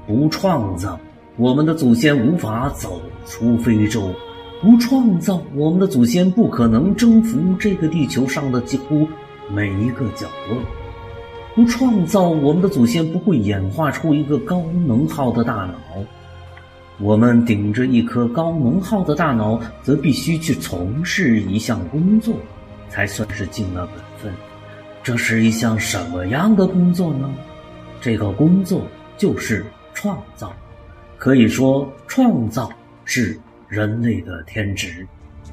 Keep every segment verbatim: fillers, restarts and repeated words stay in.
不创造，我们的祖先无法走出非洲；不创造，我们的祖先不可能征服这个地球上的几乎每一个角落；不创造，我们的祖先不会演化出一个高能耗的大脑。我们顶着一颗高能耗的大脑，则必须去从事一项工作，才算是尽了本分。这是一项什么样的工作呢？这个工作就是创造。可以说，创造是人类的天职。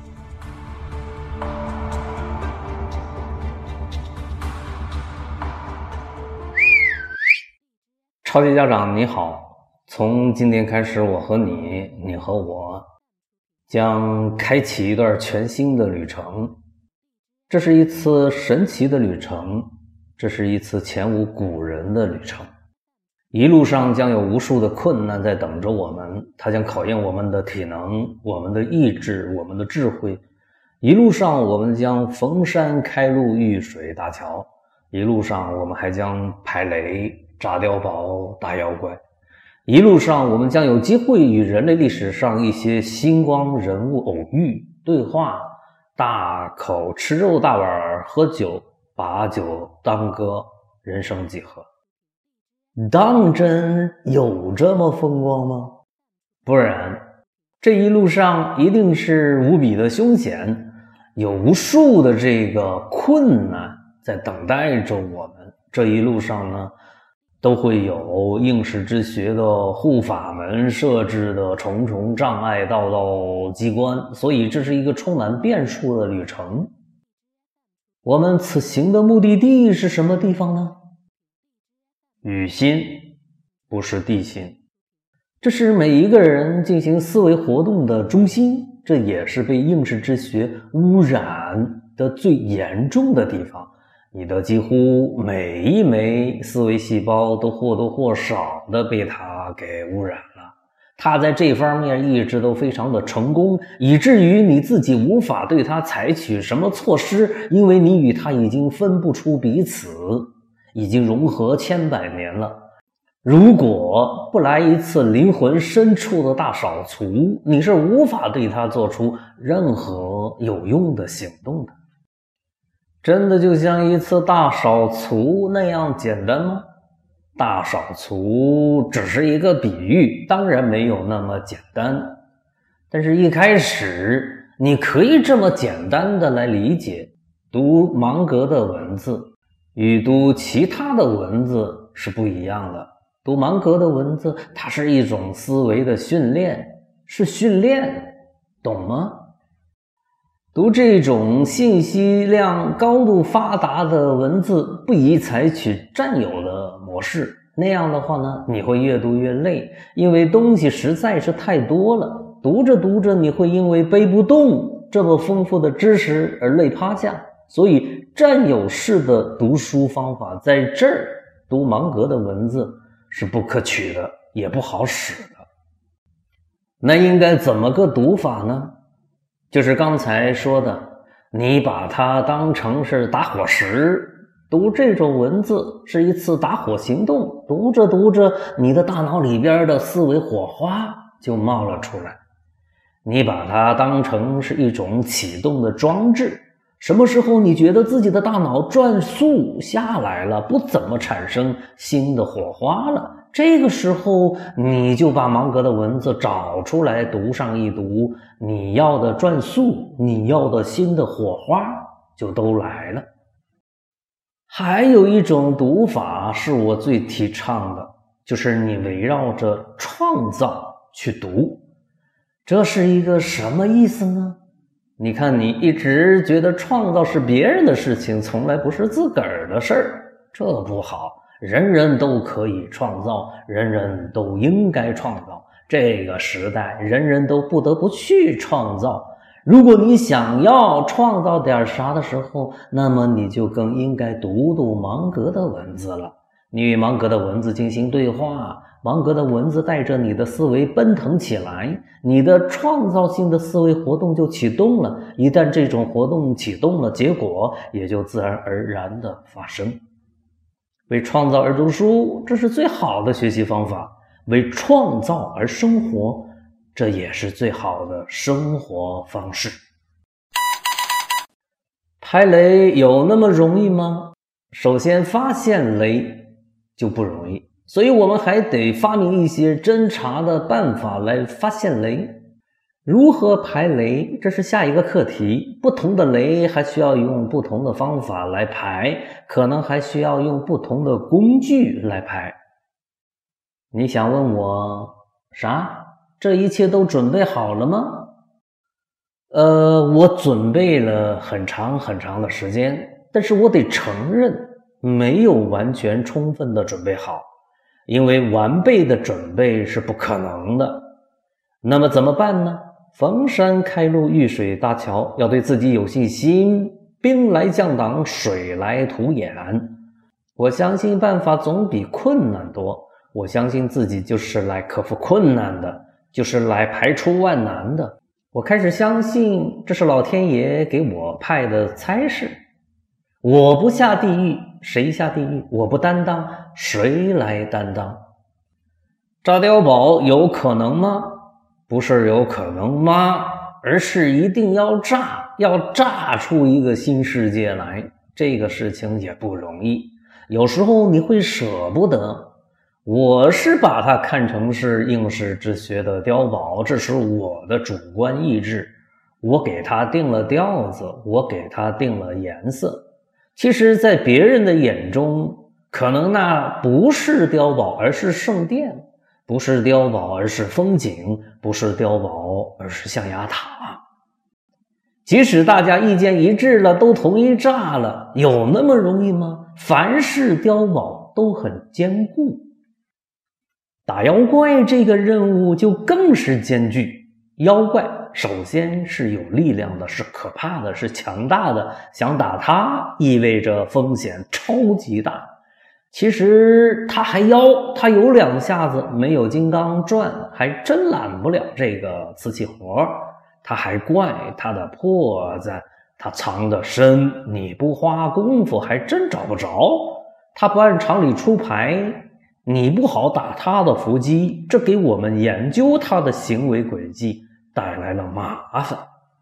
超级家长你好，从今天开始，我和你，你和我，将开启一段全新的旅程。这是一次神奇的旅程，这是一次前无古人的旅程。一路上将有无数的困难在等着我们，它将考验我们的体能，我们的意志，我们的智慧。一路上我们将逢山开路，遇水搭桥。一路上我们还将排雷、炸碉堡、打妖怪。一路上我们将有机会与人类历史上一些星光人物偶遇、对话，大口吃肉，大碗喝酒，把酒当歌，人生几何。当真有这么风光吗？不然，这一路上一定是无比的凶险，有无数的这个困难在等待着我们。这一路上呢，都会有应试之学的护法门设置的重重障碍，道道机关，所以这是一个充满变数的旅程。我们此行的目的地是什么地方呢？雨心，不是地心。这是每一个人进行思维活动的中心，这也是被应试之学污染的最严重的地方。你的几乎每一枚思维细胞都或多或少的被它给污染了。它在这方面一直都非常的成功，以至于你自己无法对它采取什么措施，因为你与它已经分不出彼此，已经融合千百年了。如果不来一次灵魂深处的大扫除，你是无法对它做出任何有用的行动的。真的就像一次大扫除那样简单吗？大扫除只是一个比喻，当然没有那么简单。但是一开始你可以这么简单的来理解，读芒格的文字与读其他的文字是不一样的。读芒格的文字，它是一种思维的训练，是训练，懂吗？读这种信息量高度发达的文字，不宜采取占有的模式，那样的话呢，你会越读越累，因为东西实在是太多了。读着读着，你会因为背不动这么丰富的知识而累趴下。所以占有式的读书方法在这儿读芒格的文字是不可取的，也不好使的。那应该怎么个读法呢？就是刚才说的，你把它当成是打火石，读这种文字是一次打火行动，读着读着，你的大脑里边的思维火花就冒了出来。你把它当成是一种启动的装置，什么时候你觉得自己的大脑转速下来了，不怎么产生新的火花了，这个时候你就把芒格的文字找出来读上一读，你要的转速，你要的新的火花就都来了。还有一种读法是我最提倡的，就是你围绕着创造去读。这是一个什么意思呢？你看，你一直觉得创造是别人的事情，从来不是自个儿的事儿，这不好。人人都可以创造，人人都应该创造。这个时代，人人都不得不去创造。如果你想要创造点啥的时候，那么你就更应该读读芒格的文字了。你与芒格的文字进行对话，芒格的文字带着你的思维奔腾起来，你的创造性的思维活动就启动了。一旦这种活动启动了，结果也就自然而然的发生。为创造而读书，这是最好的学习方法。 为创造而生活，这也是最好的生活方式。排雷有那么容易吗？首先发现雷就不容易，所以我们还得发明一些侦查的办法来发现雷。如何排雷，这是下一个课题。不同的雷还需要用不同的方法来排，可能还需要用不同的工具来排。你想问我啥？这一切都准备好了吗？呃，我准备了很长很长的时间，但是我得承认没有完全充分的准备好，因为完备的准备是不可能的。那么怎么办呢？逢山开路，遇水搭桥，要对自己有信心。兵来将挡，水来土掩。我相信办法总比困难多，我相信自己就是来克服困难的，就是来排除万难的。我开始相信这是老天爷给我派的差事。我不下地狱，谁下地狱？我不担当，谁来担当？炸碉堡有可能吗？不是有可能吗？而是一定要炸，要炸出一个新世界来。这个事情也不容易，有时候你会舍不得。我是把它看成是应试之学的碉堡，这是我的主观意志，我给它定了调子，我给它定了颜色。其实在别人的眼中，可能那不是碉堡，而是圣殿；不是碉堡，而是风景；不是碉堡，而是象牙塔。即使大家意见一致了，都同意炸了，有那么容易吗？凡是碉堡都很坚固。打妖怪这个任务就更是艰巨。妖怪首先是有力量的，是可怕的，是强大的，想打它意味着风险超级大。其实他还妖，他有两下子，没有金刚钻还真揽不了这个瓷器活。他还怪他的破绽，他藏得深，你不花功夫还真找不着。他不按常理出牌，你不好打他的伏击，这给我们研究他的行为轨迹带来了麻烦。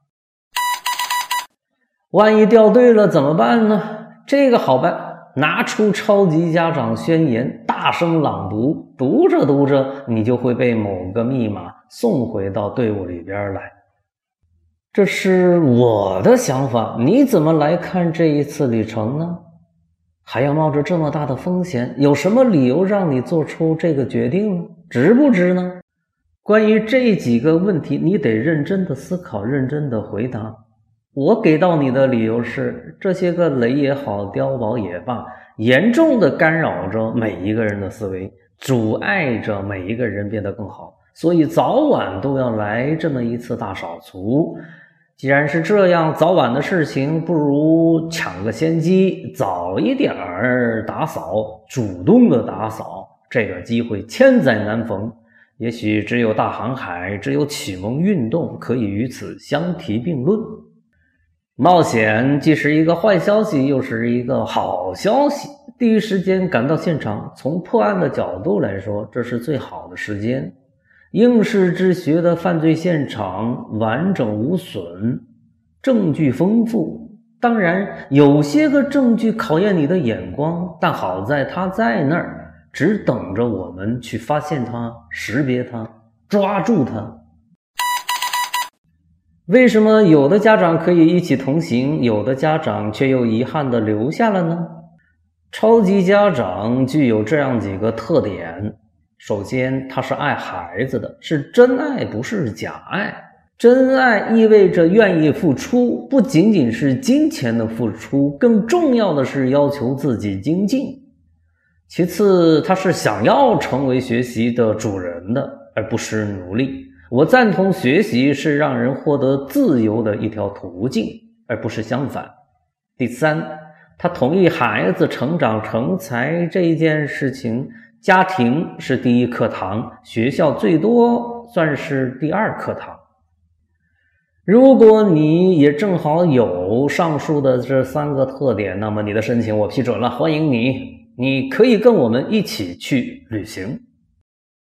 万一掉队了怎么办呢？这个好办，拿出超级家长宣言，大声朗读，读着读着你就会被某个密码送回到队伍里边来。这是我的想法，你怎么来看这一次旅程呢？还要冒着这么大的风险，有什么理由让你做出这个决定呢？值不值呢？关于这几个问题，你得认真的思考，认真的回答。我给到你的理由是，这些个雷也好，碉堡也罢，严重的干扰着每一个人的思维，阻碍着每一个人变得更好，所以早晚都要来这么一次大扫除。既然是这样，早晚的事情不如抢个先机，早一点儿打扫，主动的打扫，这个机会千载难逢。也许只有大航海，只有启蒙运动可以与此相提并论。冒险既是一个坏消息，又是一个好消息。第一时间赶到现场，从破案的角度来说，这是最好的时间。应试之学的犯罪现场完整无损，证据丰富。当然有些个证据考验你的眼光，但好在它在那儿，只等着我们去发现它，识别它，抓住它。为什么有的家长可以一起同行，有的家长却又遗憾地留下了呢？超级家长具有这样几个特点。首先，他是爱孩子的，是真爱，不是假爱。真爱意味着愿意付出，不仅仅是金钱的付出，更重要的是要求自己精进。其次，他是想要成为学习的主人的，而不是奴隶。我赞同学习是让人获得自由的一条途径，而不是相反。第三，他同意孩子成长成才这一件事情，家庭是第一课堂，学校最多算是第二课堂。如果你也正好有上述的这三个特点，那么你的申请我批准了，欢迎你，你可以跟我们一起去旅行。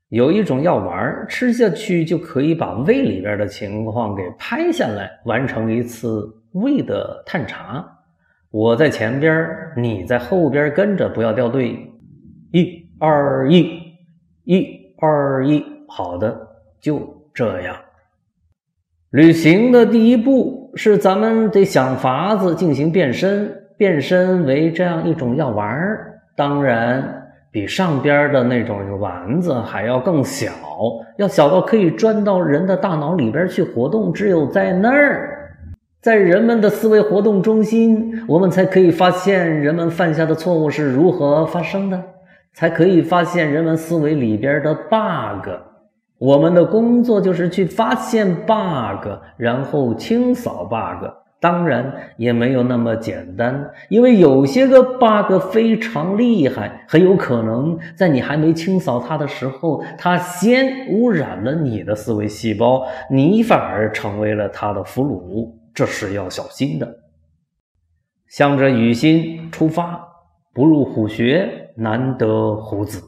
有一种药丸，吃下去就可以把胃里边的情况给拍下来，完成一次胃的探查。我在前边，你在后边跟着，不要掉队。一二一，一二一，好的，就这样。旅行的第一步是咱们得想法子进行变身，变身为这样一种药丸，当然比上边的那种丸子还要更小，要小到可以钻到人的大脑里边去活动，只有在那儿，在人们的思维活动中心，我们才可以发现人们犯下的错误是如何发生的，才可以发现人们思维里边的 bug。 我们的工作就是去发现 bug， 然后清扫 bug。 当然也没有那么简单，因为有些个 bug 非常厉害，很有可能在你还没清扫它的时候，它先污染了你的思维细胞，你反而成为了它的俘虏，这是要小心的。向着羽心出发，不入虎穴，难得虎子。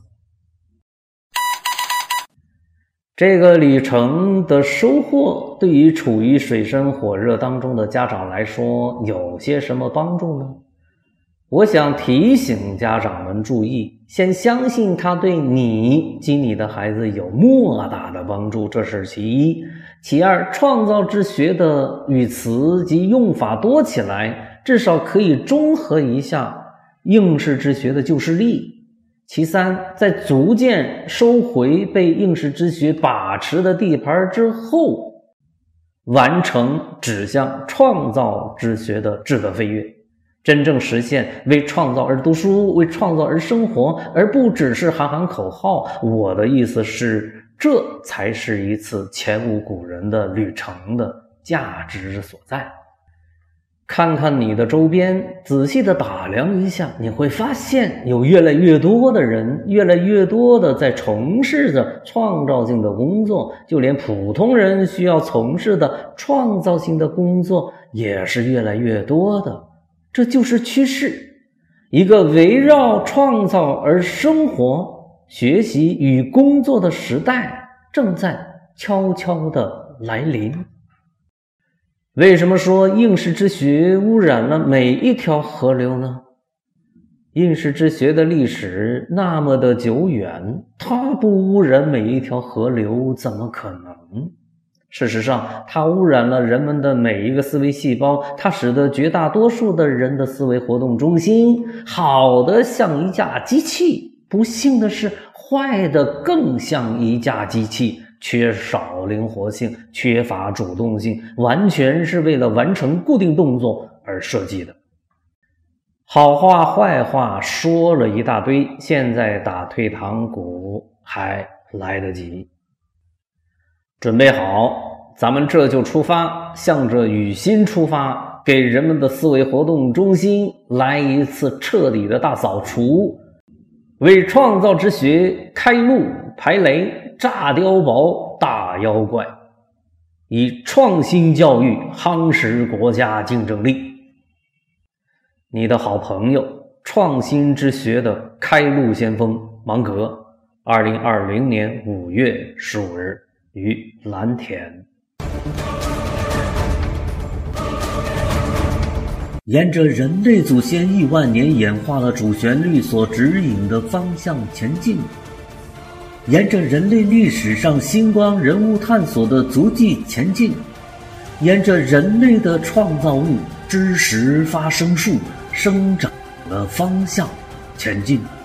这个旅程的收获对于处于水深火热当中的家长来说有些什么帮助呢？我想提醒家长们注意，先相信它对你及你的孩子有莫大的帮助，这是其一。其二，创造之学的语词及用法多起来，至少可以中和一下应试之学的旧势力。其三，在逐渐收回被应试之学把持的地盘之后，完成指向创造之学的质的飞跃，真正实现为创造而读书，为创造而生活，而不只是喊喊口号。我的意思是，这才是一次前无古人的旅程的价值所在。看看你的周边，仔细的打量一下，你会发现有越来越多的人，越来越多的在从事着创造性的工作，就连普通人需要从事的创造性的工作也是越来越多的，这就是趋势。一个围绕创造而生活、学习与工作的时代正在悄悄的来临。为什么说应试之学污染了每一条河流呢？应试之学的历史那么的久远，它不污染每一条河流怎么可能？事实上，它污染了人们的每一个思维细胞，它使得绝大多数的人的思维活动中心好的像一架机器，不幸的是坏的更像一架机器，缺少灵活性，缺乏主动性，完全是为了完成固定动作而设计的。好话坏话说了一大堆，现在打退堂鼓还来得及。准备好，咱们这就出发，向着羽心出发，给人们的思维活动中心来一次彻底的大扫除，为创造之学开路排雷，炸碉堡大妖怪，以创新教育夯实国家竞争力。你的好朋友，创新之学的开路先锋芒格，二零二零年五月十五日于蓝田。 沿着人类祖先亿万年演化的主旋律所指引的方向前进，沿着人类历史上星光人物探索的足迹前进，沿着人类的创造物知识发生树生长的方向前进。